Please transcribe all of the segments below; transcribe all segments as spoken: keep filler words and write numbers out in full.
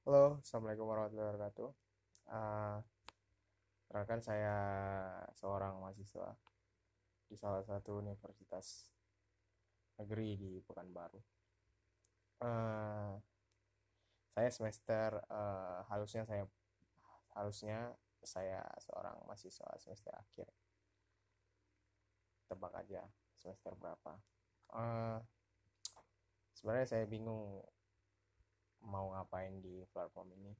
Halo, Assalamualaikum warahmatullahi wabarakatuh. Uh, Perkenalkan saya seorang mahasiswa di salah satu universitas negeri di Pekanbaru. Uh, saya semester uh, harusnya saya harusnya saya seorang mahasiswa semester akhir. Tebak aja semester berapa? Uh, Sebenarnya saya bingung mau ngapain di platform ini.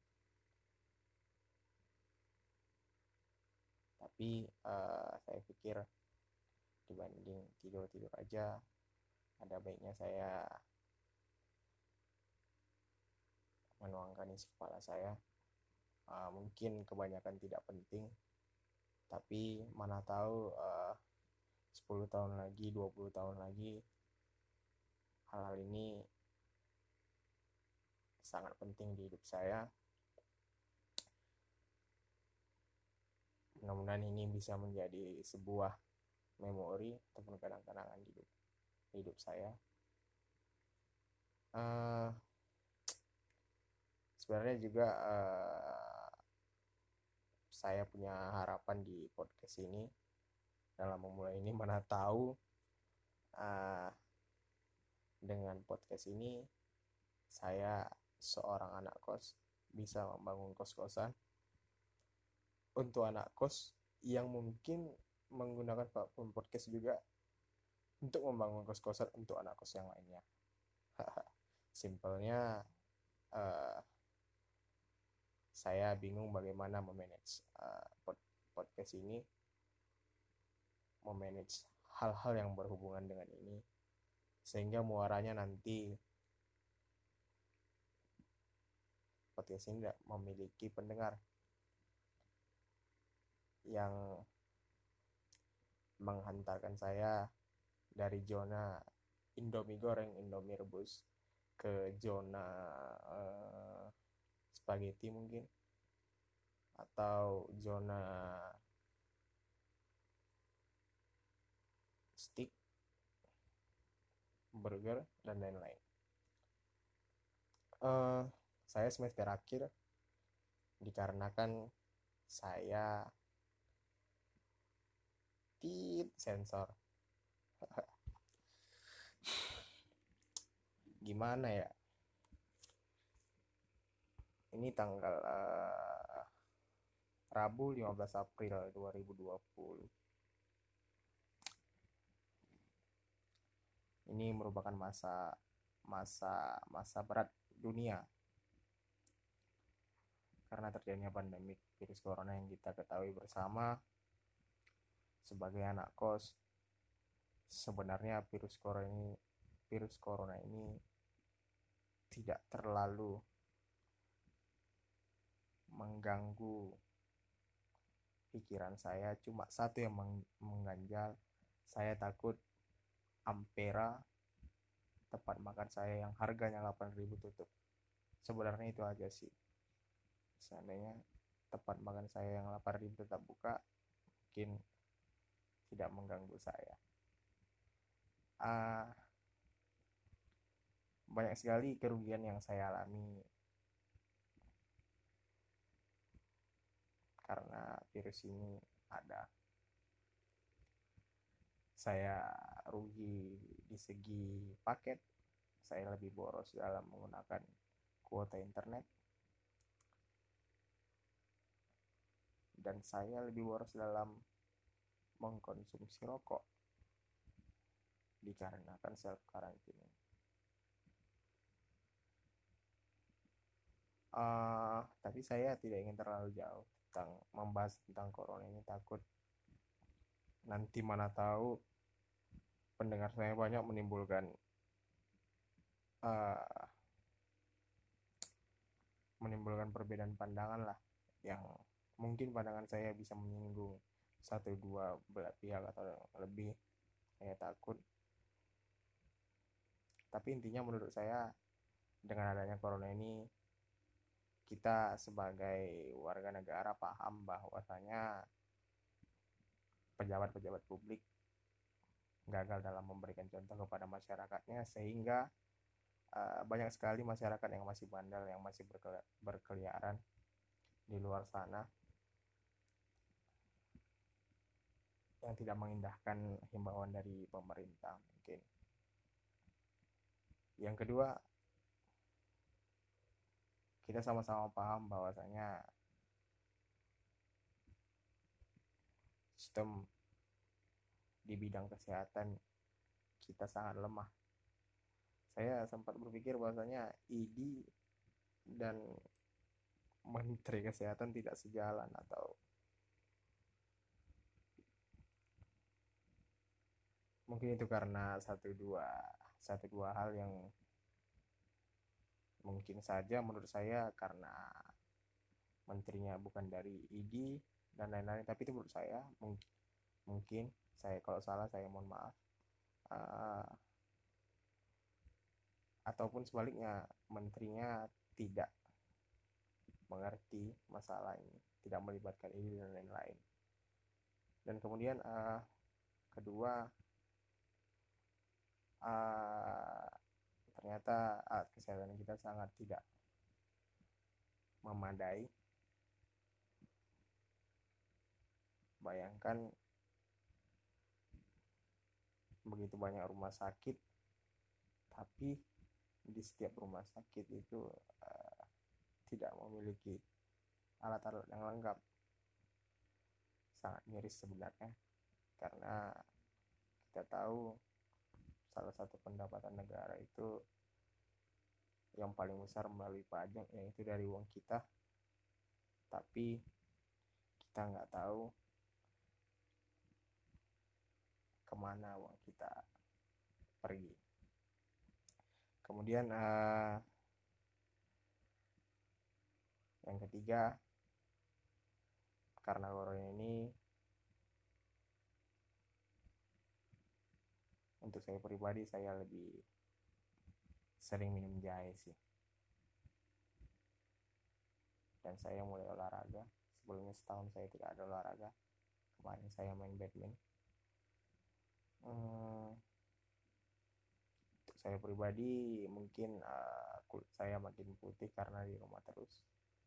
Tapi uh, saya pikir dibanding tidur-tidur aja, ada baiknya saya menuangkan isi kepala saya. Uh, mungkin kebanyakan tidak penting, tapi mana tahu uh, sepuluh tahun lagi, dua puluh tahun lagi, hal-hal ini sangat penting di hidup saya. Mudah-mudahan ini bisa menjadi sebuah memori ataupun kenang-kenangan hidup hidup saya. Uh, Sebenarnya juga uh, saya punya harapan di podcast ini dalam memulai ini, mana tahu uh, dengan podcast ini saya seorang anak kos bisa membangun kos-kosan untuk anak kos yang mungkin menggunakan platform podcast juga untuk membangun kos-kosan untuk anak kos yang lainnya. Simpelnya uh, saya bingung bagaimana memanage uh, podcast ini, memanage hal-hal yang berhubungan dengan ini sehingga muaranya nanti podcast ini tidak memiliki pendengar yang menghantarkan saya dari zona Indomie goreng, Indomie rebus ke zona uh, spaghetti mungkin, atau zona steak, burger, dan lain-lain. Uh, saya semester akhir dikarenakan saya tit sensor. Gimana ya? Ini tanggal uh, Rabu lima belas April dua ribu dua puluh. Ini merupakan masa masa masa berat dunia karena terjadinya pandemi virus corona yang kita ketahui bersama sebagai anak kos. Sebenarnya virus corona ini virus corona ini tidak terlalu mengganggu pikiran saya, cuma satu yang mengganjal. Saya takut Ampera, tempat makan saya yang harganya delapan ribu tutup. Sebenarnya itu aja sih. Seandainya tempat makan saya yang delapan ribu tetap buka, mungkin tidak mengganggu saya. Uh, banyak sekali kerugian yang saya alami karena virus ini ada. Saya rugi di segi paket, saya lebih boros dalam menggunakan kuota internet, dan saya lebih boros dalam mengkonsumsi rokok dikarenakan self karantina. Uh, tapi saya tidak ingin terlalu jauh tentang membahas tentang corona ini, takut nanti mana tahu pendengar saya banyak menimbulkan uh, menimbulkan perbedaan pandangan lah, yang mungkin pandangan saya bisa menyinggung satu dua belah pihak atau lebih. Saya takut. Tapi intinya menurut saya dengan adanya corona ini, kita sebagai warga negara paham bahwasanya pejabat-pejabat publik gagal dalam memberikan contoh kepada masyarakatnya, sehingga uh, banyak sekali masyarakat yang masih bandel, yang masih berkeliaran di luar sana, yang tidak mengindahkan himbauan dari pemerintah mungkin. Yang kedua, kita sama-sama paham bahwasanya sistem di bidang kesehatan kita sangat lemah. Saya sempat berpikir bahwasanya I D dan Menteri Kesehatan tidak sejalan, atau mungkin itu karena satu dua satu dua hal yang mungkin saja menurut saya karena menterinya bukan dari I D dan lain-lain, tapi itu menurut saya mungkin mungkin saya kalau salah saya mohon maaf. Uh, ataupun sebaliknya, menterinya tidak mengerti masalah ini, tidak melibatkan I D dan lain-lain. Dan kemudian uh, kedua, uh, ternyata alat kesehatan kita sangat tidak memadai. Bayangkan begitu banyak rumah sakit, tapi di setiap rumah sakit itu uh, tidak memiliki alat-alat yang lengkap. Sangat miris sebenarnya, karena kita tahu salah satu pendapatan negara itu yang paling besar melalui pajak, yaitu dari uang kita, tapi kita nggak tahu kemana uang kita pergi. Kemudian uh, yang ketiga, karena corona ini, untuk saya pribadi saya lebih sering minum jahe sih. Dan saya mulai olahraga. Sebelumnya setahun saya tidak ada olahraga. Kemarin saya main badminton. Hmm, untuk saya pribadi mungkin uh, kulit saya makin putih karena di rumah terus.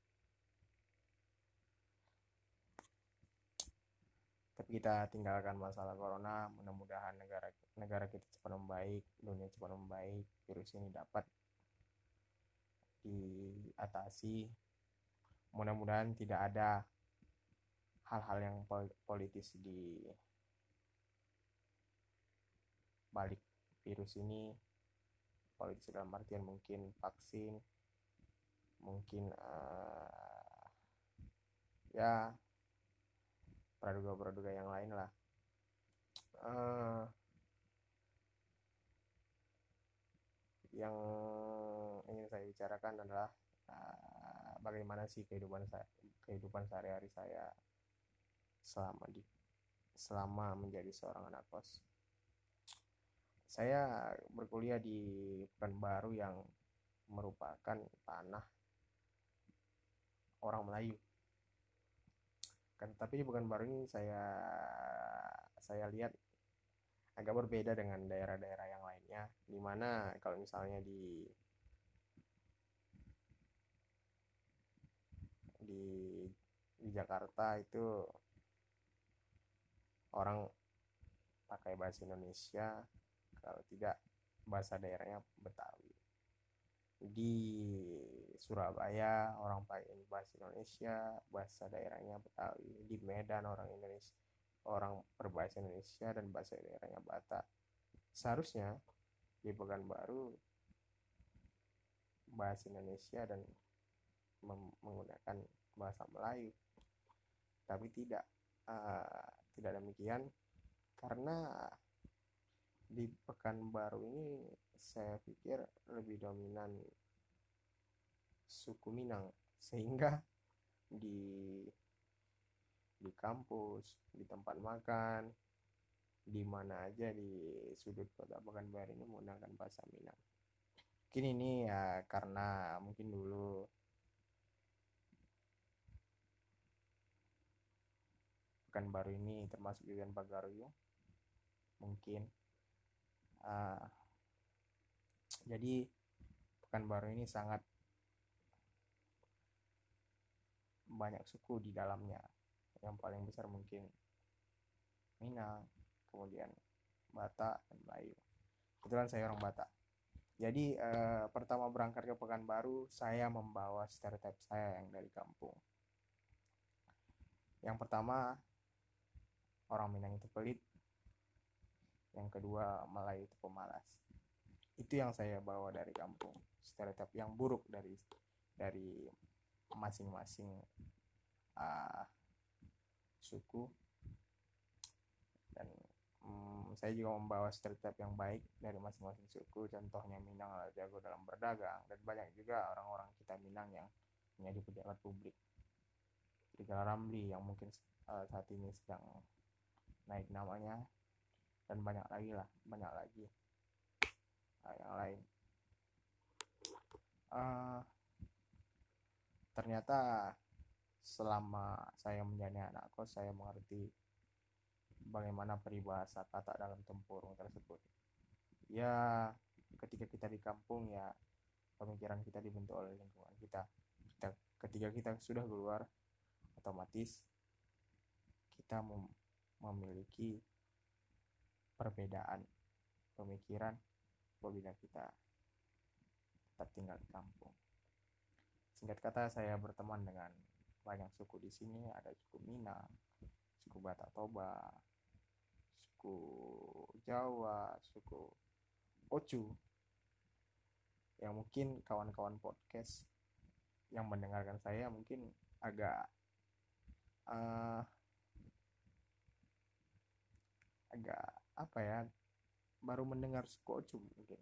Tapi kita tinggalkan masalah corona. Mudah-mudahan negara negara kita cepat membaik, dunia cepat membaik, virus ini dapat diatasi. Mudah-mudahan tidak ada hal-hal yang politis di balik virus ini. Politis dalam artian mungkin vaksin, mungkin uh, ya praduga-praduga yang lain lah. Uh, yang ingin saya bicarakan adalah uh, bagaimana sih kehidupan saya, kehidupan sehari-hari saya selama di selama menjadi seorang anak kos. Saya berkuliah di Pekanbaru yang merupakan tanah orang Melayu. Kan, tapi di Pekanbaru ini saya saya lihat agak berbeda dengan daerah-daerah yang lainnya, dimana kalau misalnya di di di Jakarta itu orang pakai bahasa Indonesia, kalau tidak bahasa daerahnya Betawi. Di Surabaya orang pakai bahasa Indonesia, bahasa daerahnya Betawi. Di Medan orang Indonesia, orang berbahasa Indonesia dan bahasa daerahnya Batak. Seharusnya di Pekanbaru bahasa Indonesia dan menggunakan bahasa Melayu, tapi tidak uh, tidak demikian, karena di Pekanbaru ini saya pikir lebih dominan suku Minang, sehingga di di kampus, di tempat makan, di mana aja di sudut kota Pekanbaru ini menggunakan bahasa Minang. Mungkin ini ya karena mungkin dulu Pekanbaru ini termasuk di Denpasar Bagaru mungkin. Uh, jadi Pekanbaru ini sangat banyak suku di dalamnya. Yang paling besar mungkin Minang, kemudian Batak, dan Melayu. Kebetulan saya orang Batak. Jadi eh, pertama berangkat ke Pekanbaru, saya membawa stereotip saya yang dari kampung. Yang pertama, orang Minang itu pelit. Yang kedua, Melayu itu pemalas. Itu yang saya bawa dari kampung. Stereotip yang buruk dari dari masing-masing uh, suku. Dan um, saya juga membawa stereotip yang baik dari masing-masing suku. Contohnya Minang jago dalam berdagang, dan banyak juga orang-orang kita Minang yang menjadi pejabat publik. Rizal Ramli yang mungkin uh, saat ini sedang naik namanya, dan banyak lagi lah, banyak lagi uh, yang lain. Uh, ternyata selama saya menjadi anak kos, saya mengerti bagaimana peribahasa kata dalam tempurung tersebut. Ya, ketika kita di kampung, ya pemikiran kita dibentuk oleh lingkungan kita. kita ketika kita sudah keluar, otomatis kita mem- memiliki perbedaan pemikiran apabila kita tetap tinggal di kampung. Singkat kata, saya berteman dengan banyak suku di sini. Ada suku Minang, suku Batak Toba, suku Jawa, suku Ocu, yang mungkin kawan-kawan podcast yang mendengarkan saya mungkin agak uh, agak apa ya, baru mendengar suku Ocu mungkin.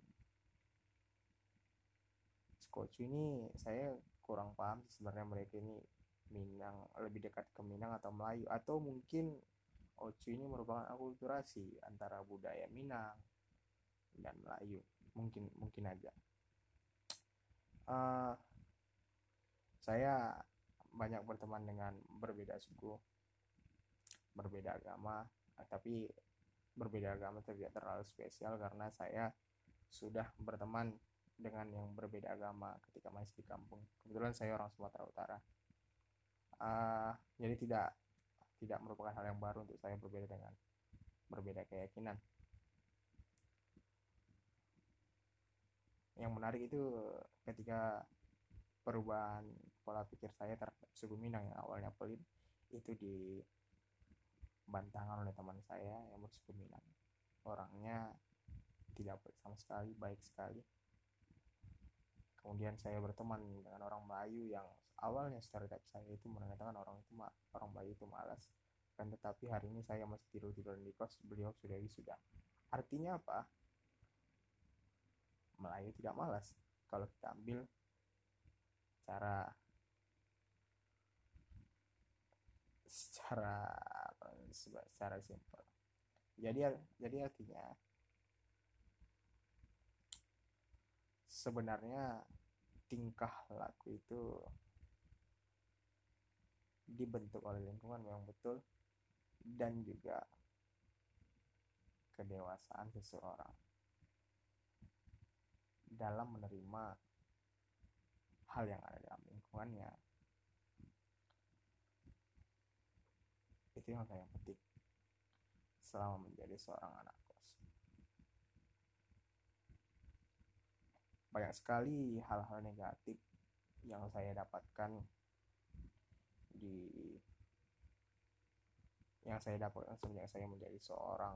Suku Ocu ini saya kurang paham sebenarnya mereka ini Minang, lebih dekat ke Minang atau Melayu, atau mungkin Ocu ini merupakan akulturasi antara budaya Minang dan Melayu, mungkin mungkin aja. Uh, saya banyak berteman dengan berbeda suku, berbeda agama, tapi berbeda agama tidak terlalu spesial karena saya sudah berteman dengan yang berbeda agama ketika masih di kampung. Kebetulan saya orang Sumatera Utara. Uh, jadi tidak tidak merupakan hal yang baru untuk saya berbeda dengan berbeda keyakinan. Yang menarik itu ketika perubahan pola pikir saya terhadap suku Minang yang awalnya pelit itu dibantahkan oleh teman saya yang bersuku Minang. Orangnya tidak pelit sama sekali, baik sekali. Kemudian saya berteman dengan orang Melayu yang awalnya stereotip saya itu mengatakan orang itu orang Melayu itu malas, dan tetapi hari ini saya masih tidur-tidur di kos, beliau sudah wisuda. Artinya apa? Melayu tidak malas kalau kita ambil secara secara secara simpel. Jadi jadi artinya sebenarnya tingkah laku itu dibentuk oleh lingkungan yang betul, dan juga kedewasaan seseorang dalam menerima hal yang ada dalam lingkungannya. Itu yang saya petik selama menjadi seorang anak kos. Banyak sekali hal-hal negatif yang saya dapatkan di yang saya dapatkan sejak saya menjadi seorang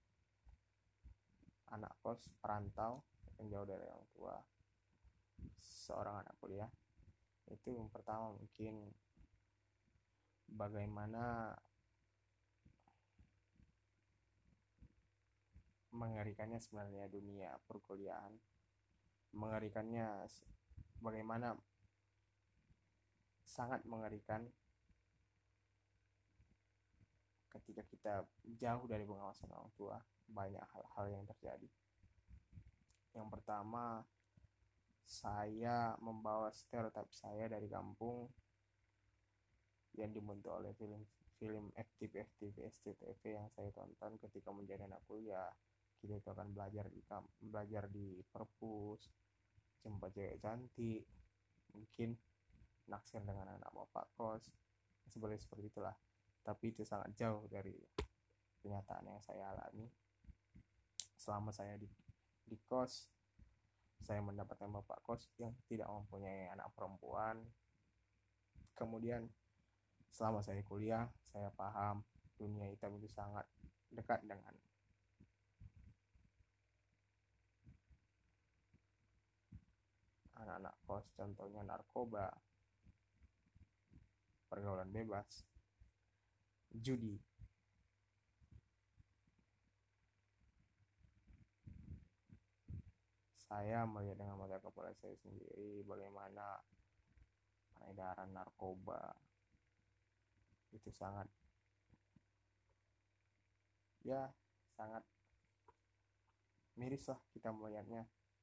anak kos perantau yang jauh dari orang tua, seorang anak kuliah. Itu yang pertama mungkin bagaimana mengerikannya sebenarnya dunia perkuliahan, mengerikannya bagaimana sangat mengerikan ketika kita jauh dari pengawasan orang tua. Banyak hal-hal yang terjadi. Yang pertama, saya membawa stereotip saya dari kampung yang dibentuk oleh film-film F T V F T V S C T V yang saya tonton ketika menjadi anak kuliah. Kita itu akan belajar di belajar di perpus, jumpa cewek cantik, mungkin naksir dengan anak bapak kos, seperti seperti itulah. Tapi itu sangat jauh dari kenyataan yang saya alami. Selama saya di, di kos, saya mendapatkan bapak kos yang tidak mempunyai anak perempuan. Kemudian selama saya kuliah, saya paham dunia hitam itu sangat dekat dengan anak-anak kos, contohnya narkoba, pergaulan bebas, judi. Saya melihat dengan mata kepala saya sendiri bagaimana peredaran narkoba itu sangat, ya sangat miris lah kita melihatnya.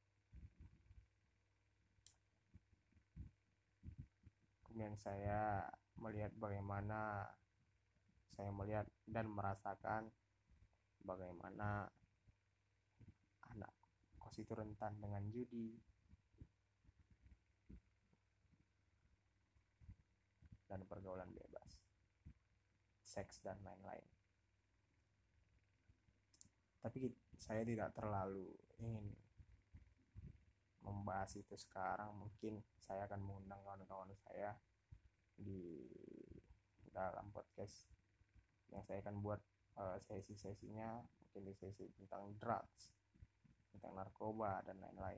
Kemudian saya melihat bagaimana saya melihat dan merasakan bagaimana anak kos itu rentan dengan judi dan pergaulan bebas, seks dan lain-lain. Tapi saya tidak terlalu ingin membahas itu sekarang. Mungkin saya akan mengundang kawan-kawan saya di dalam podcast yang saya akan buat uh, sesi-sesinya, mungkin di sesi tentang drugs, tentang narkoba dan lain-lain.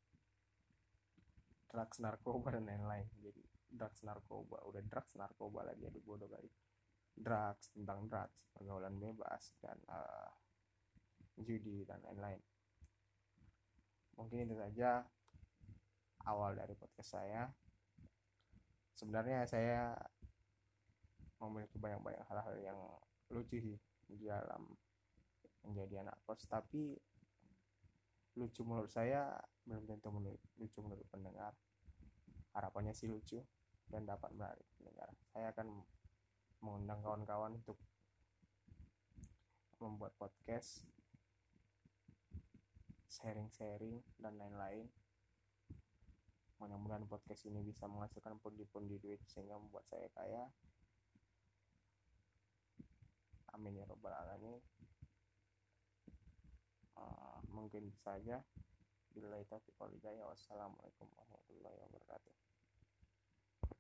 Drugs, narkoba dan lain-lain. Jadi drugs, narkoba, udah drugs, narkoba lagi, aduh bodoh kali. Drugs, tentang drugs, pergaulan bebas, dan uh, judi dan lain-lain. Mungkin itu saja awal dari podcast saya. Sebenarnya saya memiliki banyak-banyak hal-hal yang lucu sih di dalam menjadi anak kos, tapi lucu menurut saya belum tentu lucu menurut pendengar. Harapannya sih lucu dan dapat menarik pendengar. Saya akan mengundang kawan-kawan untuk membuat podcast, sharing-sharing dan lain-lain. Mudah-mudahan podcast ini bisa menghasilkan pundi-pundi duit sehingga membuat saya kaya. Amin ya robbal alamin. Uh, mungkin saja. Billahi taufiq wal hidayah. Wassalamualaikum warahmatullahi wabarakatuh.